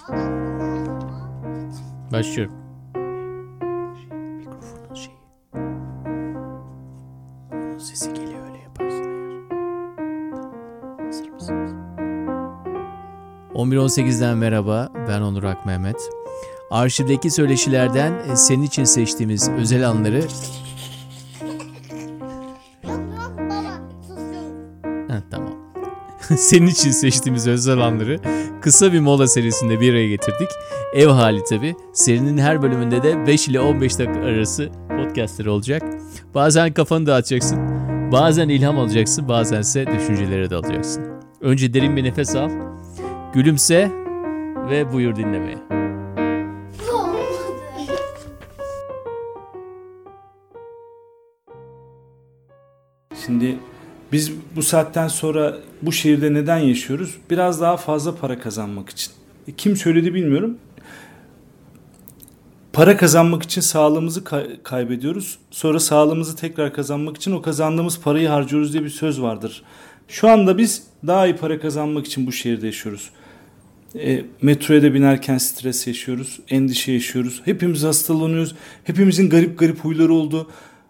Başlıyorum. Mikrofonun şeyi. Onun sesi geliyor, öyle yaparsın eğer. Tamam. Hazır mısınız? 11.18'den merhaba. Ben Onur Akmehmet. Arşivdeki söyleşilerden senin için seçtiğimiz özel anları... Tamam. Senin için seçtiğimiz özel anları kısa bir mola serisinde bir araya getirdik. Ev hali tabii. Serinin her bölümünde de 5 ile 15 dakika arası podcastleri olacak. Bazen kafanı dağıtacaksın, bazen ilham alacaksın, bazense düşüncelere dalacaksın. Önce derin bir nefes al, gülümse ve buyur dinlemeye. Şimdi biz bu saatten sonra bu şehirde neden yaşıyoruz? Biraz daha fazla para kazanmak için. Kim söyledi bilmiyorum. Para kazanmak için sağlığımızı kaybediyoruz. Sonra sağlığımızı tekrar kazanmak için o kazandığımız parayı harcıyoruz diye bir söz vardır. Şu anda biz daha iyi para kazanmak için bu şehirde yaşıyoruz. Metroya da binerken stres yaşıyoruz, endişe yaşıyoruz. Hepimiz hastalanıyoruz. Hepimizin garip garip huyları oldu.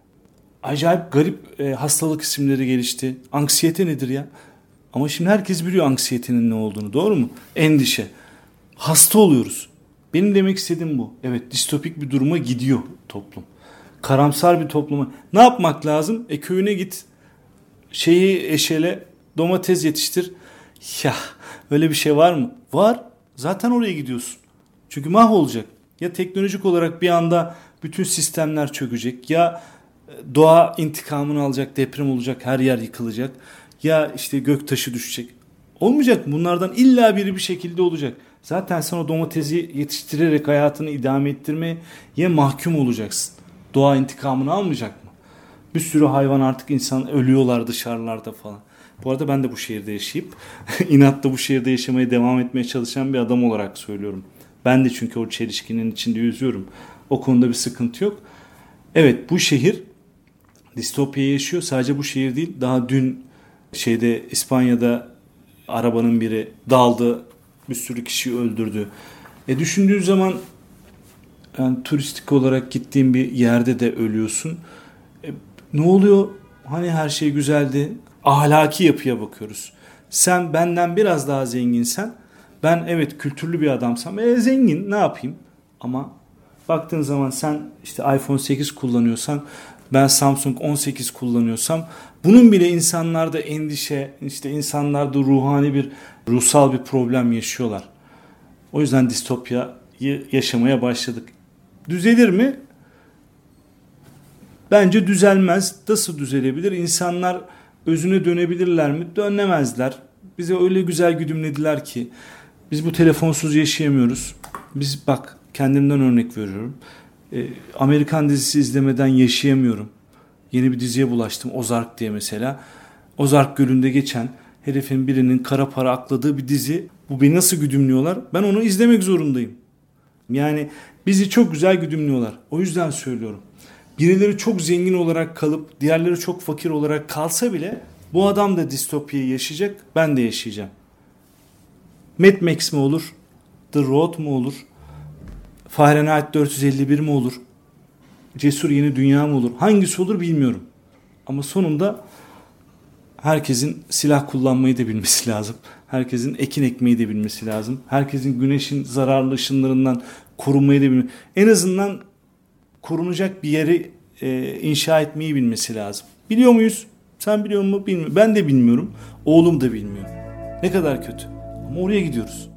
Acayip garip hastalık isimleri gelişti. Anksiyete nedir ya? Ama şimdi herkes biliyor anksiyetenin ne olduğunu, doğru mu? Endişe. Hasta oluyoruz. Benim demek istediğim bu. Evet, distopik bir duruma gidiyor toplum. Karamsar bir topluma. Ne yapmak lazım? Köyüne git. Şeyi eşele, domates yetiştir. Ya öyle bir şey var mı? Var. Zaten oraya gidiyorsun. Çünkü mahvolacak. Ya teknolojik olarak bir anda bütün sistemler çökecek. Ya doğa intikamını alacak, deprem olacak, her yer yıkılacak. Ya işte göktaşı düşecek. Olmayacak. Bunlardan illa biri bir şekilde olacak. Zaten sen o domatesi yetiştirerek hayatını idame ettirmeye mahkum olacaksın. Doğa intikamını almayacak mı? Bir sürü hayvan artık insan ölüyorlar dışarılarda falan. Bu arada ben de bu şehirde yaşayıp inatla bu şehirde yaşamaya devam etmeye çalışan bir adam olarak söylüyorum. Ben de çünkü o çelişkinin içinde yüzüyorum. O konuda bir sıkıntı yok. Evet, bu şehir distopya yaşıyor. Sadece bu şehir değil. Daha dün İspanya'da arabanın biri daldı. Bir sürü kişiyi öldürdü. Düşündüğün zaman yani turistik olarak gittiğin bir yerde de ölüyorsun. Ne oluyor? Hani her şey güzeldi. Ahlaki yapıya bakıyoruz. Sen benden biraz daha zenginsen, ben evet kültürlü bir adamsam, zengin ne yapayım? Ama baktığın zaman sen işte iPhone 8 kullanıyorsan, ben Samsung 18 kullanıyorsam, bunun bile insanlarda endişe, işte insanlarda ruhsal bir problem yaşıyorlar. O yüzden distopyayı yaşamaya başladık. Düzelir mi? Bence düzelmez. Nasıl düzelebilir? İnsanlar özüne dönebilirler mi? Dönemezler. Bize öyle güzel güdümlediler ki biz bu telefonsuz yaşayamıyoruz. Biz bak, kendimden örnek veriyorum. Amerikan dizisi izlemeden yaşayamıyorum. Yeni bir diziye bulaştım, Ozark diye mesela. Ozark Gölü'nde geçen herifin birinin kara para akladığı bir dizi. Bu beni nasıl güdümlüyorlar? Ben onu izlemek zorundayım. Yani bizi çok güzel güdümlüyorlar. O yüzden söylüyorum. Birileri çok zengin olarak kalıp diğerleri çok fakir olarak kalsa bile bu adam da distopyayı yaşayacak, ben de yaşayacağım. Mad Max mi olur? The Road mu olur? Fahrenheit 451 mi olur? Cesur Yeni Dünya mı olur? Hangisi olur bilmiyorum. Ama sonunda herkesin silah kullanmayı da bilmesi lazım. Herkesin ekin ekmeyi de bilmesi lazım. Herkesin güneşin zararlı ışınlarından korunmayı da bilmesi. En azından korunacak bir yeri inşa etmeyi bilmesi lazım. Biliyor muyuz? Sen biliyor musun? Bilmiyorum. Ben de bilmiyorum. Oğlum da bilmiyor. Ne kadar kötü. Ama oraya gidiyoruz.